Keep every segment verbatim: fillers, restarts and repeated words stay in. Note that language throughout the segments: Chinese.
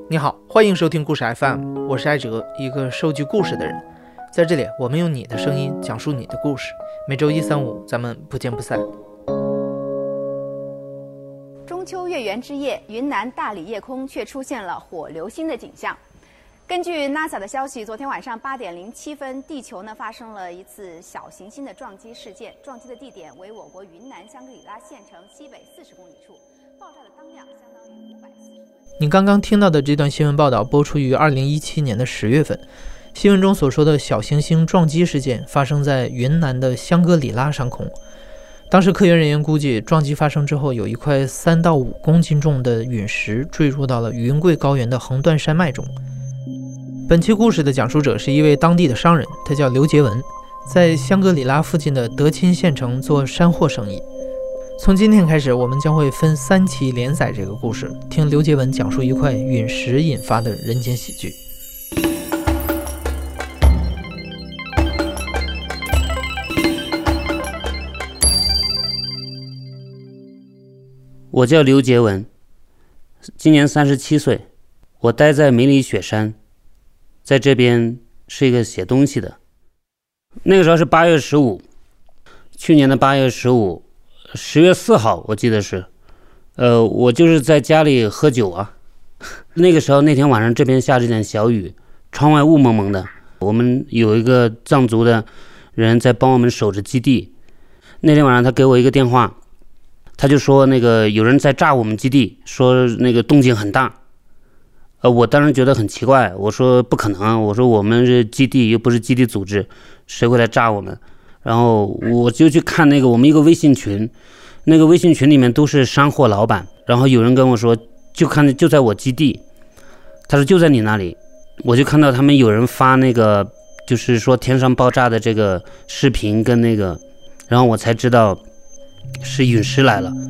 你好，欢迎收听故事 F M， 我是艾哲，一个收集故事的人。在这里，我们用你的声音讲述你的故事。每周一、三、五，咱们不见不散。 中秋月圆之夜，云南大理夜空却出现了火流星的景象。根据 NASA 的消息，昨天晚上八点零七分，地球呢发生了一次小行星的撞击事件，撞击的地点为我国云南香格里拉县城西北四十公里处，爆炸的当量相当于五百四十吨。 你刚刚听到的这段新闻报道播出于二零一七年的十月份。新闻中所说的小行星撞击事件发生在云南的香格里拉上空。当时科研人员估计，撞击发生之后，有一块三到五公斤重的陨石坠入到了云贵高原的横断山脉中。本期故事的讲述者是一位当地的商人，他叫刘杰文，在香格里拉附近的德钦县城做山货生意。从今天开始，我们将会分三期连载这个故事，听刘杰文讲述一块陨石引发的人间喜剧。 我叫刘杰文，今年三十七岁，我待在梅里雪山，在这边是一个写东西的。那个时候是八月十五，去年的八月十五，十月四号我记得是，呃，我就是在家里喝酒啊。那个时候那天晚上这边下着点小雨，窗外雾蒙蒙的，我们有一个藏族的人在帮我们守着基地。那天晚上他给我一个电话，他就说那个有人在炸我们基地，说那个动静很大。呃，我当时觉得很奇怪，我说不可能啊，我说我们是基地又不是基地组织，谁会来炸我们？然后我就去看那个我们一个微信群，那个微信群里面都是山货老板，然后有人跟我说，就看就在我基地，他说就在你那里，我就看到他们有人发那个就是说天上爆炸的这个视频跟那个，然后我才知道是陨石来了。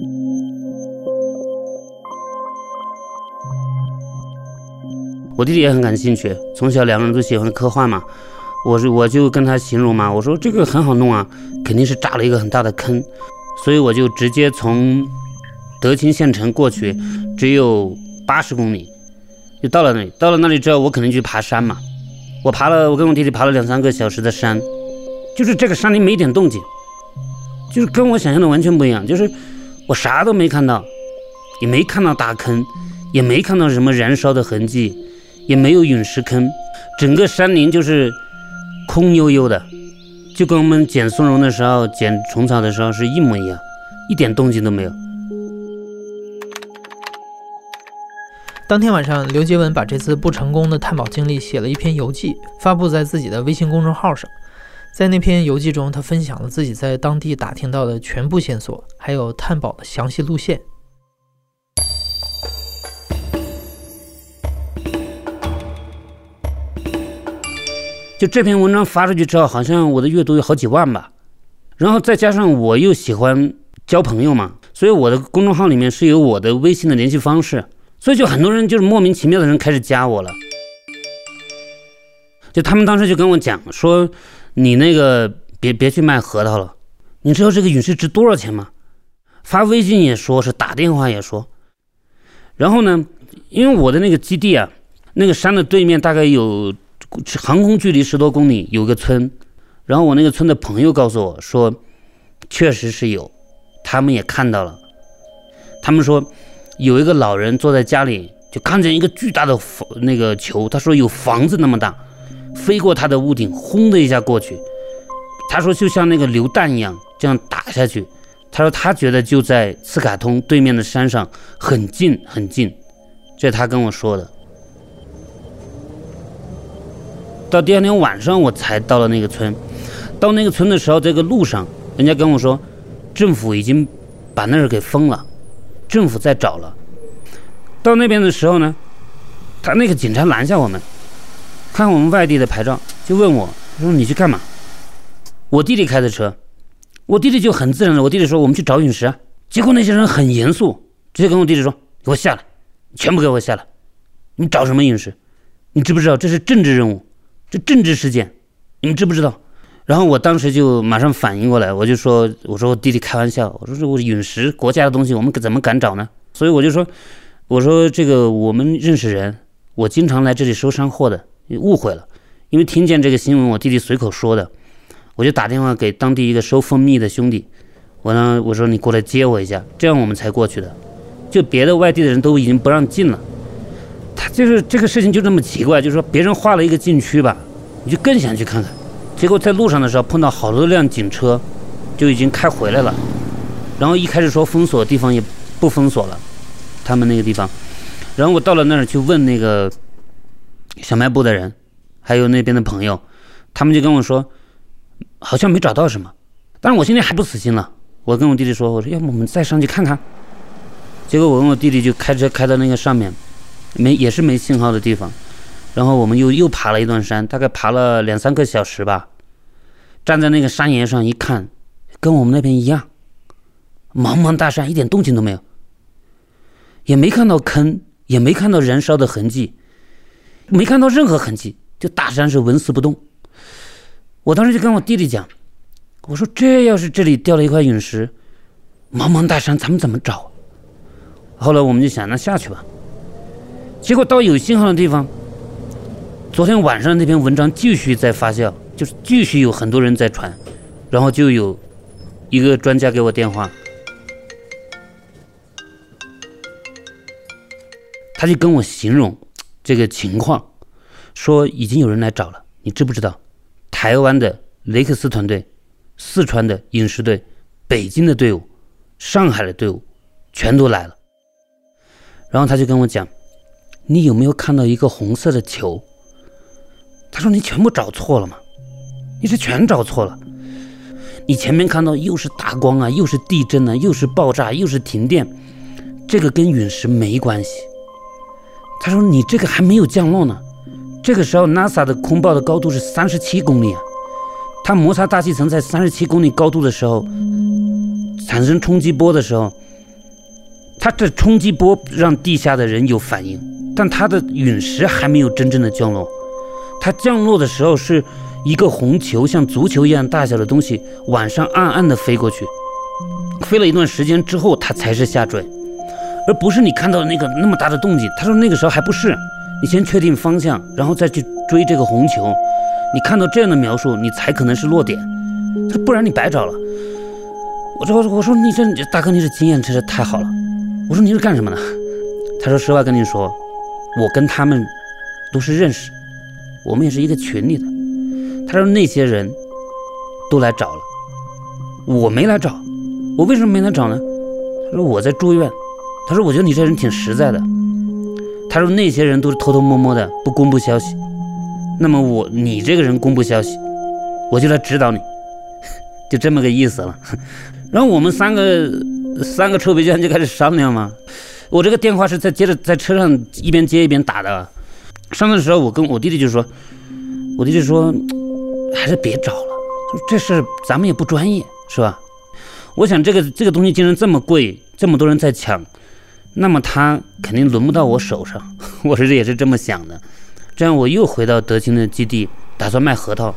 我弟弟也很感兴趣，从小两个人都喜欢科幻嘛，我是我就跟他形容嘛，我说这个很好弄啊，肯定是炸了一个很大的坑，所以我就直接从德钦县城过去，只有八十公里，就到了那里。到了那里之后，我肯定去爬山嘛，我爬了，我跟我弟弟爬了两三个小时的山，就是这个山里没一点动静。就是跟我想象的完全不一样，就是我啥都没看到，也没看到大坑，也没看到什么燃烧的痕迹，也没有陨石坑，整个山林就是空悠悠的，就跟我们捡松茸的时候捡虫草的时候是一模一样，一点动静都没有。 当天晚上，刘杰文把这次不成功的探宝经历写了一篇游记，发布在自己的微信公众号上。在那篇游记中，他分享了自己在当地打听到的全部线索，还有探宝的详细路线。 就这篇文章发出去之后，好像我的阅读有好几万吧，然后再加上我又喜欢交朋友嘛，所以我的公众号里面是有我的微信的联系方式，所以就很多人就是莫名其妙的人开始加我了。就他们当时就跟我讲说，你那个别别去卖核桃了，你知道这个陨石值多少钱吗？发微信也说，是打电话也说。然后呢，因为我的那个基地啊，那个山的对面大概有航空距离十多公里有个村，然后我那个村的朋友告诉我说，确实是有，他们也看到了。他们说有一个老人坐在家里，就看见一个巨大的那个球，他说有房子那么大，飞过他的屋顶，轰的一下过去。他说就像那个榴弹一样，这样打下去。他说他觉得就在斯卡通对面的山上，很近很近。这是他跟我说的。到第二天晚上我才到了那个村。到那个村的时候，这个路上人家跟我说，政府已经把那儿给封了，政府在找了。到那边的时候呢，他那个警察拦下我们，看我们外地的牌照，就问我说你去干嘛？我弟弟开的车，我弟弟就很自然的，我弟弟说我们去找陨石啊。结果那些人很严肃，直接跟我弟弟说，给我下来，全部给我下来，你找什么陨石？你知不知道这是政治任务，这政治事件，你们知不知道？然后我当时就马上反应过来，我就说，我说我弟弟开玩笑，我说这我陨石国家的东西，我们怎么敢找呢？所以我就说， 我说这个我们认识人，我经常来这里收山货的，误会了，因为听见这个新闻我弟弟随口说的，我就打电话给当地一个收蜂蜜的兄弟，我呢我说你过来接我一下，这样我们才过去的，就别的外地的人都已经不让进了。他就是这个事情就这么奇怪，就是说别人划了一个禁区吧，你就更想去看看，结果在路上的时候碰到好多辆警车，就已经开回来了，然后一开始说封锁的地方也不封锁了，他们那个地方，然后我到了那儿去问那个小卖部的人，还有那边的朋友，他们就跟我说好像没找到什么，但是我现在还不死心了，我跟我弟弟说，我说要不我们再上去看看，结果我跟我弟弟就开车开到那个上面，没也是没信号的地方，然后我们又又爬了一段山，大概爬了两三个小时吧，站在那个山岩上一看，跟我们那边一样，茫茫大山，一点动静都没有，也没看到坑，也没看到燃烧的痕迹，没看到任何痕迹，就大山是纹丝不动。我当时就跟我弟弟讲，我说这要是这里掉了一块陨石，茫茫大山咱们怎么找？后来我们就想那下去吧，结果到有信号的地方，昨天晚上那篇文章继续在发酵，就是继续有很多人在传，然后就有一个专家给我电话，他就跟我形容这个情况，说已经有人来找了，你知不知道台湾的雷克斯团队、四川的饮食队、北京的队伍、上海的队伍全都来了。然后他就跟我讲，你有没有看到一个红色的球？他说你全部找错了吗？你是全找错了，你前面看到又是大光啊，又是地震啊，又是爆炸，又是停电，这个跟陨石没关系。他说你这个还没有降落呢，这个时候 NASA 的空爆的高度是三十七公里啊，它摩擦大气层在三十七公里高度的时候产生冲击波的时候，它这冲击波让地下的人有反应，但它的陨石还没有真正的降落。它降落的时候是一个红球，像足球一样大小的东西晚上暗暗的飞过去，飞了一段时间之后它才是下坠，而不是你看到的那个那么大的动静。他说那个时候还不是，你先确定方向，然后再去追这个红球，你看到这样的描述你才可能是落点，不然你白找了。我说我说你这大哥你这经验真是太好了。我说你是干什么的？他说实话跟你说，我跟他们都是认识，我们也是一个群里的。他说那些人都来找了，我没来找。我为什么没来找呢？他说我在住院。他说我觉得你这人挺实在的。他说那些人都是偷偷摸摸的不公布消息，那么我你这个人公布消息，我就来指导你，就这么个意思了。然后我们三个三个臭皮匠就开始商量嘛。我这个电话是在接着在车上一边接一边打的。上的时候我跟我弟弟就说，我弟弟说还是别找了，这事咱们也不专业是吧？我想这个这个东西竟然这么贵，这么多人在抢，那么它肯定轮不到我手上，我是也是这么想的。这样我又回到德清的基地，打算卖核桃。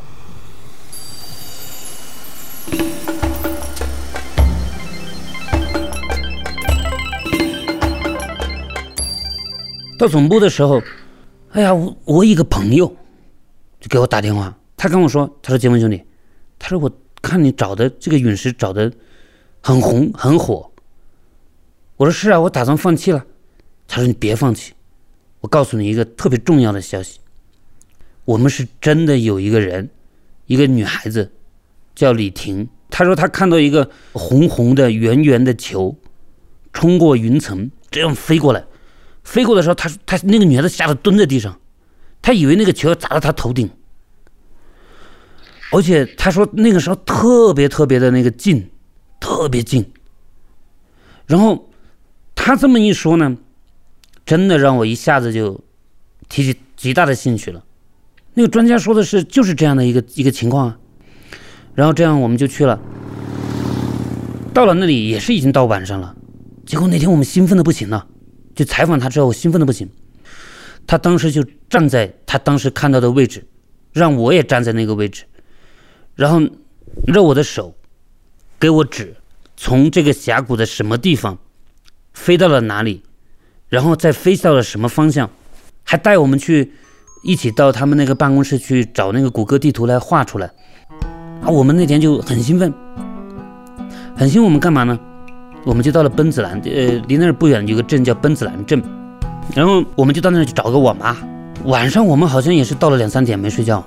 到总部的时候，哎呀，我我一个朋友就给我打电话，他跟我说，他说杰文兄弟，他说我看你找的这个陨石找的很红很火。我说是啊，我打算放弃了。他说你别放弃，我告诉你一个特别重要的消息，我们是真的有一个人，一个女孩子叫李婷，她说她看到一个红红的圆圆的球冲过云层这样飞过来，飞过的时候她她那个女孩子吓得蹲在地上，她以为那个球要砸到她头顶，而且她说那个时候特别特别的那个近，特别近。然后她这么一说呢，真的让我一下子就提起极大的兴趣了。那个专家说的是就是这样的一个一个情况啊。然后这样我们就去了，到了那里也是已经到晚上了。结果那天我们兴奋的不行了，就采访他之后我兴奋的不行。他当时就站在他当时看到的位置，让我也站在那个位置，然后让我的手给我指从这个峡谷的什么地方飞到了哪里， 然后再飞到了什么方向，还带我们去一起到他们那个办公室去找那个谷歌地图来画出来啊！我们那天就很兴奋，很兴奋。我们干嘛呢？我们就到了奔子栏，呃，离那儿不远有个镇叫奔子栏镇，然后我们就到那儿去找个网吧。晚上我们好像也是到了两三点没睡觉，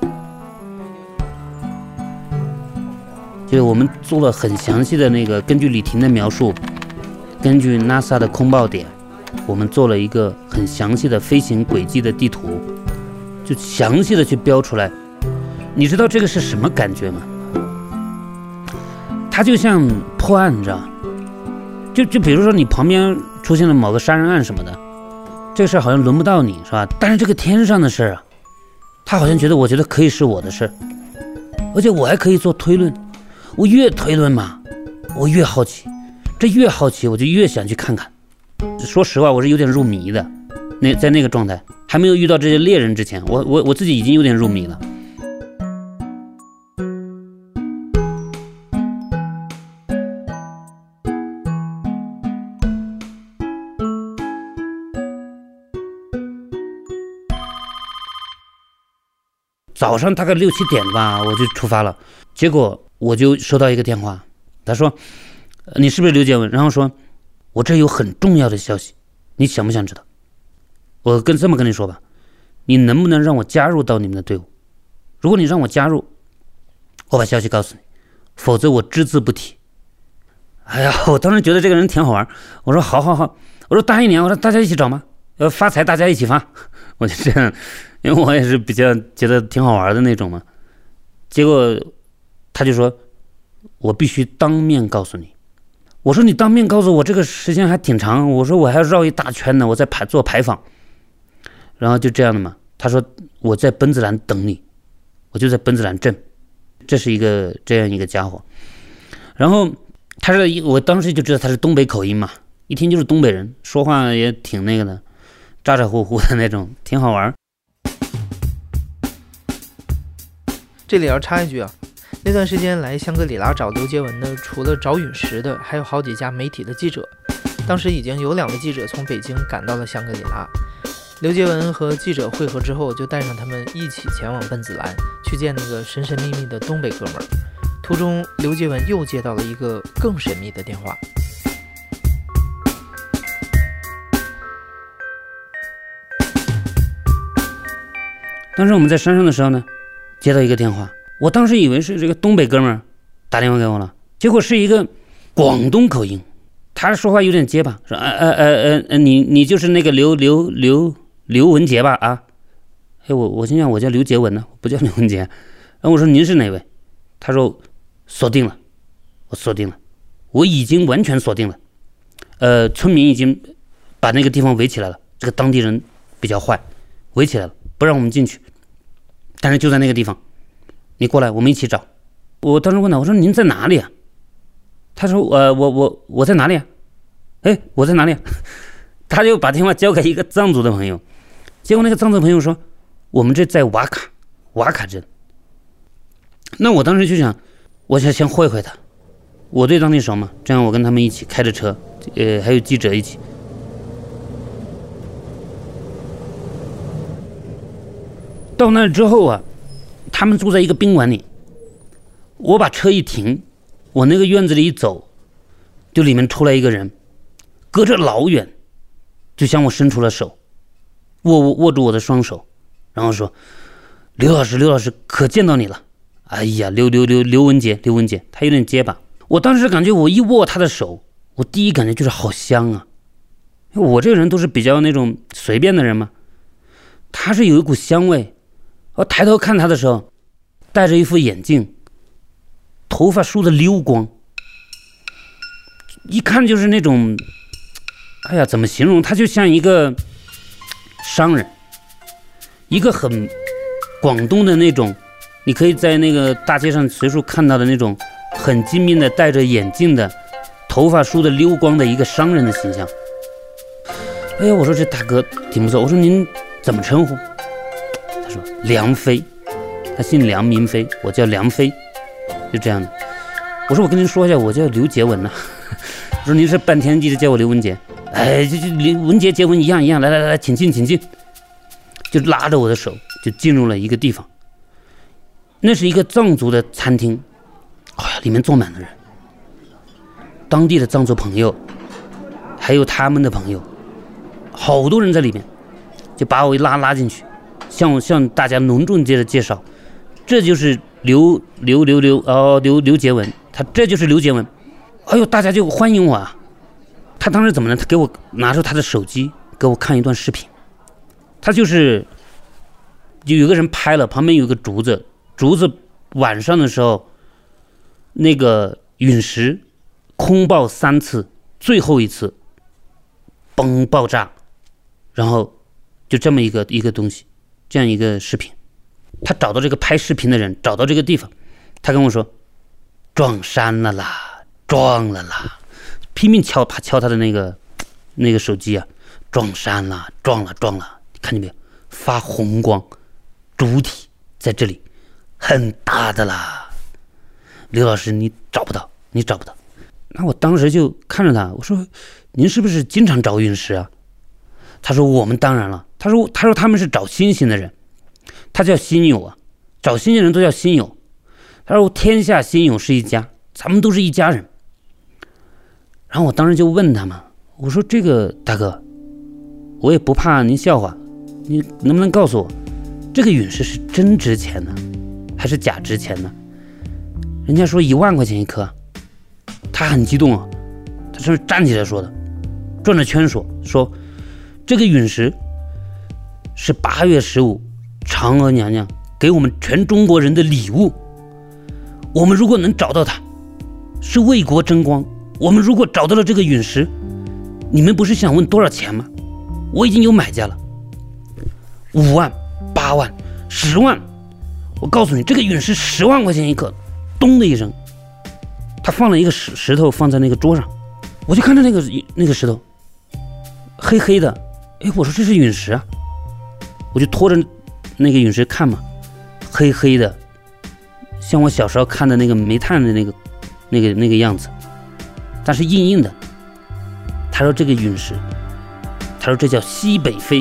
就是我们做了很详细的那个，根据李婷的描述，根据 NASA 的空报点，我们做了一个很详细的飞行轨迹的地图，就详细的去标出来。你知道这个是什么感觉吗？它就像破案，你知道吗？就就比如说你旁边出现了某个杀人案什么的，这个事好像轮不到你，是吧？但是这个天上的事啊，他好像觉得我觉得可以是我的事，而且我还可以做推论。我越推论嘛，我越好奇，这越好奇我就越想去看看。说实话，我是有点入迷的。那在那个状态，还没有遇到这些猎人之前，我我我自己已经有点入迷了。早上大概六七点吧，我就出发了。结果我就收到一个电话，他说：“你是不是刘杰文？”然后说：“我这有很重要的消息，你想不想知道？”我跟这么跟你说吧，你能不能让我加入到你们的队伍？如果你让我加入，我把消息告诉你，否则我只字不提。哎呀，我当时觉得这个人挺好玩，我说好好好，我说答应你，我说大家一起找吗？要发财大家一起发，我就这样。因为我也是比较觉得挺好玩的那种嘛，结果他就说我必须当面告诉你。我说你当面告诉我，这个时间还挺长，我说我还要绕一大圈呢，我在排做牌坊。然后就这样的嘛，他说我在奔子栏等你，我就在奔子栏镇，这是一个这样一个家伙。然后他是我当时就知道他是东北口音嘛，一听就是东北人，说话也挺那个的，咋咋呼呼的那种，挺好玩。 这里要插一句啊，那段时间来香格里拉找刘杰文的，除了找陨石的，还有好几家媒体的记者。当时已经有两位记者从北京赶到了香格里拉。刘杰文和记者会合之后，就带上他们一起前往奔子栏，去见那个神神秘秘的东北哥们儿。途中，刘杰文又接到了一个更神秘的电话。 当时我们在山上的时候呢，接到一个电话，我当时以为是这个东北哥们儿打电话给我了，结果是一个广东口音，他说话有点结巴，说呃呃呃呃你你就是那个刘刘刘刘文杰吧啊？哎，我我心想我叫刘杰文呢，不叫刘文杰。然后我说您是哪位？他说锁定了，我锁定了，我已经完全锁定了。呃，村民已经把那个地方围起来了，这个当地人比较坏，围起来了，不让我们进去。但是就在那个地方，你过来，我们一起找。我当时问他，我说您在哪里啊？他说呃我我我在哪里啊？哎，我在哪里啊？他就把电话交给一个藏族的朋友，结果那个藏族朋友说我们这在瓦卡瓦卡镇。那我当时就想，我想先会会他，我对当地熟嘛，这样我跟他们一起开着车，呃还有记者一起。到那之后啊，他们住在一个宾馆里，我把车一停，我那个院子里一走，就里面出来一个人，隔着老远就向我伸出了手，握握住我的双手，然后说刘老师刘老师可见到你了。哎呀，刘刘刘刘文杰刘文杰，他有点结巴。我当时感觉我一握他的手，我第一感觉就是好香啊，我这个人都是比较那种随便的人嘛，他是有一股香味。我抬头看他的时候，戴着一副眼镜，头发梳得溜光，一看就是那种，哎呀，怎么形容？他就像一个商人，一个很广东的那种，你可以在那个大街上随处看到的那种很精明的戴着眼镜的，头发梳得溜光的一个商人的形象。哎呀，我说这大哥挺不错，我说您怎么称呼？他说梁飞，他姓梁名飞，我叫梁飞，就这样的。我说我跟您说一下，我叫刘杰文呐、啊。我说您是半天一直叫我刘文杰。 哎，就就文杰结婚一样一样，来来来，请进请进，就拉着我的手就进入了一个地方。那是一个藏族的餐厅，哎呀，里面坐满了人，当地的藏族朋友，还有他们的朋友，好多人在里面，就把我一拉拉进去，向向大家隆重接着介绍，这就是刘刘刘刘哦刘刘杰文，他这就是刘杰文，哎呦，大家就欢迎我啊！他当时怎么呢？他给我拿出他的手机给我看一段视频，他就是就有个人拍了，旁边有个竹子，竹子晚上的时候，那个陨石空爆三次，最后一次崩爆炸，然后就这么一个一个东西，这样一个视频。他找到这个拍视频的人，找到这个地方，他跟我说撞山了啦，撞了啦，拼命敲他敲他的那个那个手机啊，撞山了，撞了撞了，看见没有？发红光，主体在这里，很大的啦。刘老师，你找不到，你找不到。那我当时就看着他，我说：“您是不是经常找陨石啊？”他说：“我们当然了。”他说：“他说他们是找星星的人，他叫星友啊，找星星的人都叫星友。”他说：“天下星友是一家，咱们都是一家人。”然后我当时就问他嘛，我说：“这个大哥，我也不怕您笑话，你能不能告诉我，这个陨石是真值钱呢，还是假值钱呢？”人家说一万块钱一颗，他很激动啊，他是站起来说的，转着圈说说这个陨石是八月十五嫦娥娘娘给我们全中国人的礼物，我们如果能找到它，是为国争光。我们如果找到了这个陨石，你们不是想问多少钱吗？我已经有买家了，五万、八万、十万，我告诉你，这个陨石十万块钱一颗。咚的一声，他放了一个石石头放在那个桌上，我就看着那个那个石头，黑黑的，哎，我说这是陨石啊，我就拖着那个陨石看嘛，黑黑的，像我小时候看的那个煤炭的那个那个那个样子，但是硬硬的。他说这个陨石，他说这叫西北飞。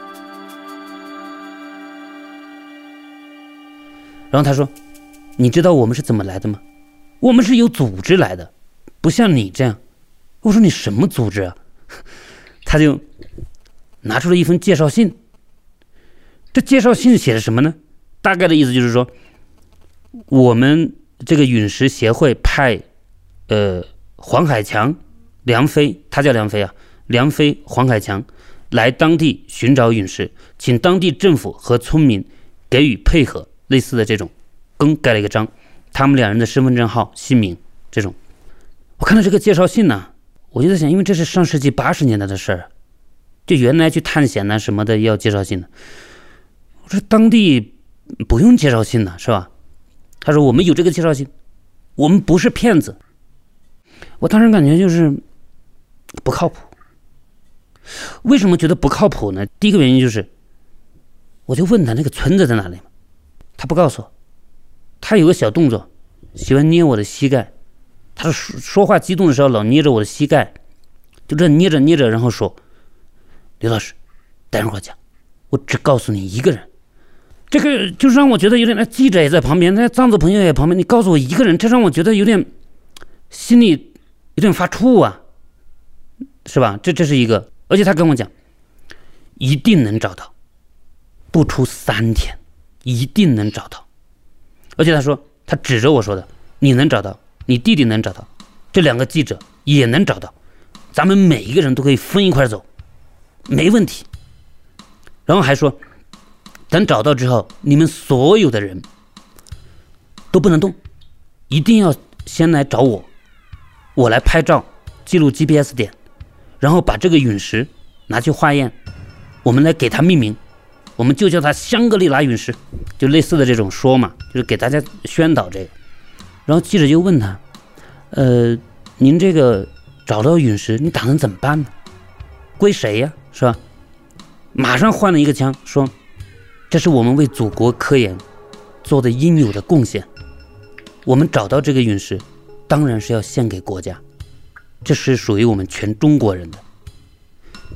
然后他说，你知道我们是怎么来的吗？我们是有组织来的，不像你这样。我说你什么组织啊？他就拿出了一封介绍信。这介绍信写的什么呢？大概的意思就是说，我们这个陨石协会派呃黄海强、梁飞，他叫梁飞啊，梁飞、黄海强来当地寻找陨石，请当地政府和村民给予配合，类似的这种。更盖了一个章，他们两人的身份证号、姓名这种。我看到这个介绍信呢，我就在想，因为这是上世纪八十年代的事儿，就原来去探险啊什么的要介绍信的。我说当地不用介绍信的是吧？他说我们有这个介绍信，我们不是骗子。我当时感觉就是不靠谱。为什么觉得不靠谱呢？第一个原因就是，我就问他那个村子在哪里嘛，他不告诉我。他有个小动作，喜欢捏我的膝盖。他说说话激动的时候老捏着我的膝盖，就这捏着捏着，然后说：“刘老师，待会儿讲，我只告诉你一个人。”这个就让我觉得有点，那记者也在旁边，那藏族朋友也在旁边，你告诉我一个人，这让我觉得有点心里有点发怵啊，是吧？这这是一个，而且他跟我讲，一定能找到，不出三天，一定能找到。而且他说，他指着我说的，你能找到，你弟弟能找到，这两个记者也能找到，咱们每一个人都可以分一块走，没问题。然后还说，等找到之后，你们所有的人都不能动，一定要先来找我，我来拍照记录 G P S 点，然后把这个陨石拿去化验，我们来给它命名，我们就叫它香格里拉陨石，就类似的这种说嘛，就是给大家宣导这个。然后记者就问他，呃，您这个找到陨石，你打算怎么办呢？归谁呀？是吧？马上换了一个腔，说这是我们为祖国科研做的应有的贡献。我们找到这个陨石，当然是要献给国家，这是属于我们全中国人的，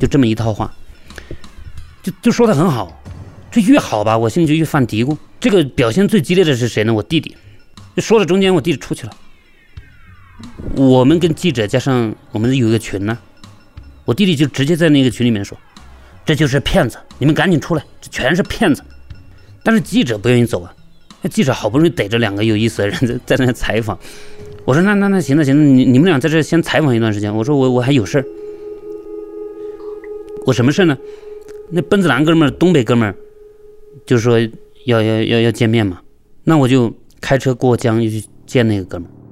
就这么一套话，就就说的很好。这越好吧，我心里就越犯嘀咕。这个表现最激烈的是谁呢？我弟弟。就说到中间，我弟弟出去了。我们跟记者加上我们有一个群呢，我弟弟就直接在那个群里面说，这就是骗子，你们赶紧出来，这全是骗子。但是记者不愿意走啊，那记者好不容易逮着两个有意思的人在在那采访。我说那那那行了行了，你你们俩在这先采访一段时间。我说我我还有事儿。我什么事呢？那奔子兰哥们儿，东北哥们儿，就是说要要要要见面嘛，那我就开车过江就去见那个哥们儿。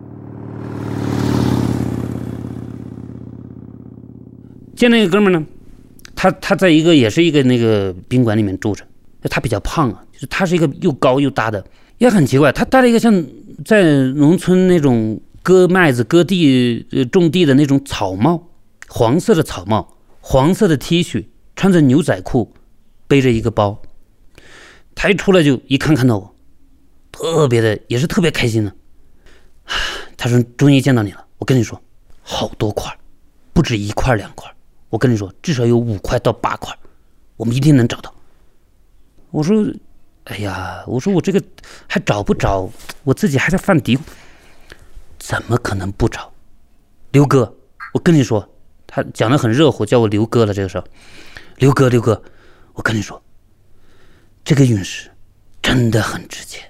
见那个哥们儿呢，他他在一个也是一个那个宾馆里面住着，他比较胖啊，就是他是一个又高又大的，也很奇怪，他戴了一个像在农村那种割麦子割地、呃、种地的那种草帽，黄色的草帽，黄色的 T 恤，穿着牛仔裤，背着一个包。他一出来就一看看到我，特别的也是特别开心的。他说终于见到你了，我跟你说好多块，不止一块两块，我跟你说至少有五块到八块，我们一定能找到。我说哎呀，我说我这个还找不着，我自己还在犯嘀咕，怎么可能不找？刘哥，我跟你说，他讲得很热乎，叫我刘哥了。这个时候，刘哥，刘哥，我跟你说，这个陨石真的很值钱。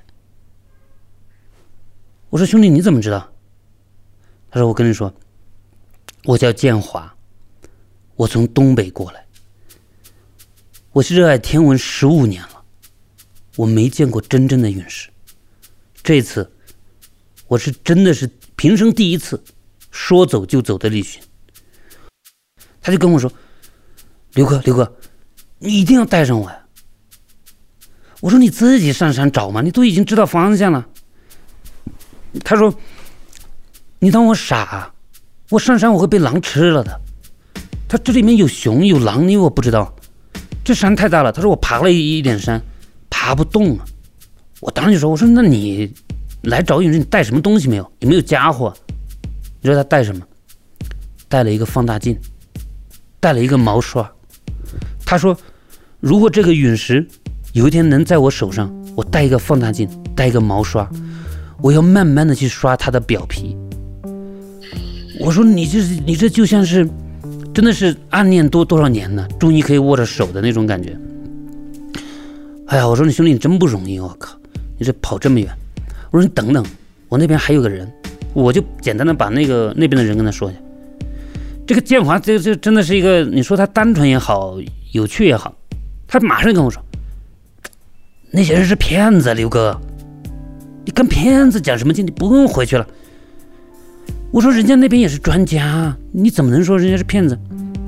我说兄弟，你怎么知道？他说我跟你说，我叫建华，我从东北过来，我是热爱天文十五年了。我没见过真正的陨石，这次我是真的是平生第一次说走就走的旅行。他就跟我说，刘哥刘哥，你一定要带上我呀。我说你自己上山找嘛，你都已经知道方向了。他说你当我傻啊，我上山我会被狼吃了的。他这里面有熊有狼，你我不知道，这山太大了。他说我爬了一一点山爬不动啊。我当时就说，我说那你来找陨石你带什么东西没有？有没有家伙？你知道他带什么？带了一个放大镜，带了一个毛刷。他说如果这个陨石有一天能在我手上，我带一个放大镜带一个毛刷，我要慢慢的去刷它的表皮。我说你这你这就像是真的是暗恋多多少年呢，终于可以握着手的那种感觉。哎呀，我说你兄弟你真不容易，我靠，你这跑这么远。我说你等等，我那边还有个人，我就简单的把那个那边的人跟他说一下。这个建华这这真的是一个，你说他单纯也好，有趣也好，他马上跟我说，那些人是骗子，刘哥，你跟骗子讲什么劲？你不用回去了。我说人家那边也是专家，你怎么能说人家是骗子？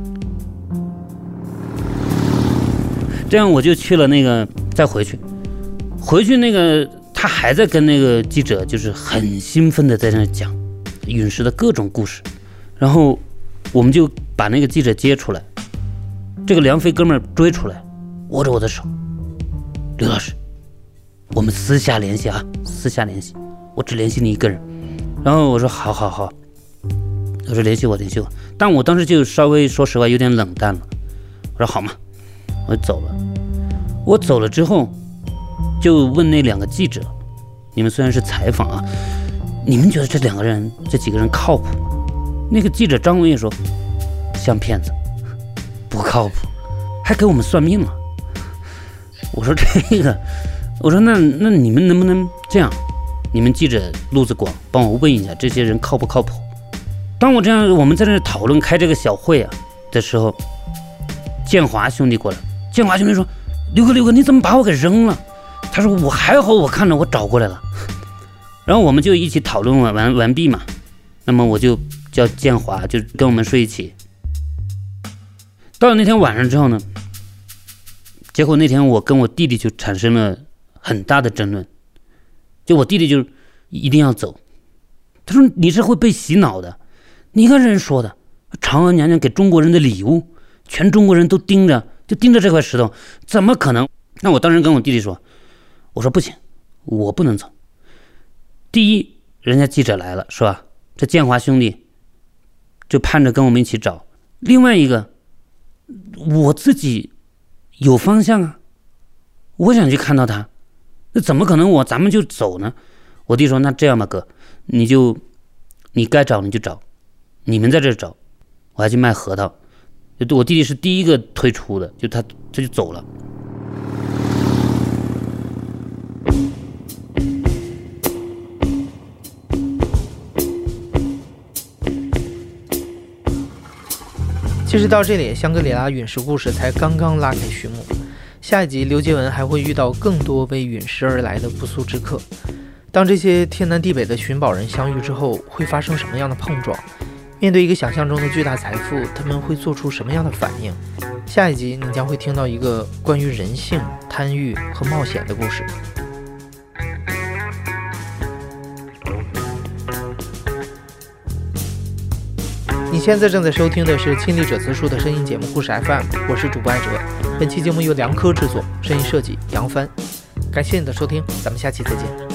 这样我就去了那个，再回去，回去那个他还在跟那个记者就是很兴奋的在那讲陨石的各种故事，然后我们就把那个记者接出来，这个梁飞哥们儿追出来，握着我的手，刘老师，我们私下联系啊，私下联系，我只联系你一个人。然后我说好好好，我说联系我联系我，但我当时就稍微说实话有点冷淡了。我说好嘛，我走了。我走了之后，就问那两个记者，你们虽然是采访啊，你们觉得这两个人这几个人靠谱吗？那个记者张文也说像骗子，不靠谱，还给我们算命了。我说这个，我说那那你们能不能这样？你们记者路子广，帮我问一下这些人靠不靠谱。当我这样我们在这讨论开这个小会啊的时候，建华兄弟过来，建华兄弟说，刘哥刘哥你怎么把我给扔了？他说我还好，我看着我找过来了。然后我们就一起讨论完完完毕嘛，那么我就叫建华就跟我们睡一起。到了那天晚上之后呢，结果那天我跟我弟弟就产生了很大的争论。就我弟弟就一定要走，他说你是会被洗脑的，你看人说的嫦娥娘娘给中国人的礼物，全中国人都盯着，就盯着这块石头，怎么可能？那我当时跟我弟弟说，我说不行，我不能走。第一，人家记者来了是吧，这建华兄弟就盼着跟我们一起找。另外一个， 我自己有方向啊，我想去看到他，那怎么可能我咱们就走呢？我弟说那这样吧哥，你就你该找你就找，你们在这找，我还去卖核桃。我弟弟是第一个退出的，就他他就走了。 其实到这里，香格里拉陨石故事才刚刚拉开序幕。下一集，刘杰文还会遇到更多为陨石而来的不速之客。当这些天南地北的寻宝人相遇之后，会发生什么样的碰撞？面对一个想象中的巨大财富，他们会做出什么样的反应？下一集你将会听到一个关于人性、贪欲和冒险的故事。你现在正在收听的是亲历者自述的声音节目故事 F M， 我是主播艾哲。本期节目由梁科制作，声音设计杨帆。感谢你的收听，咱们下期再见。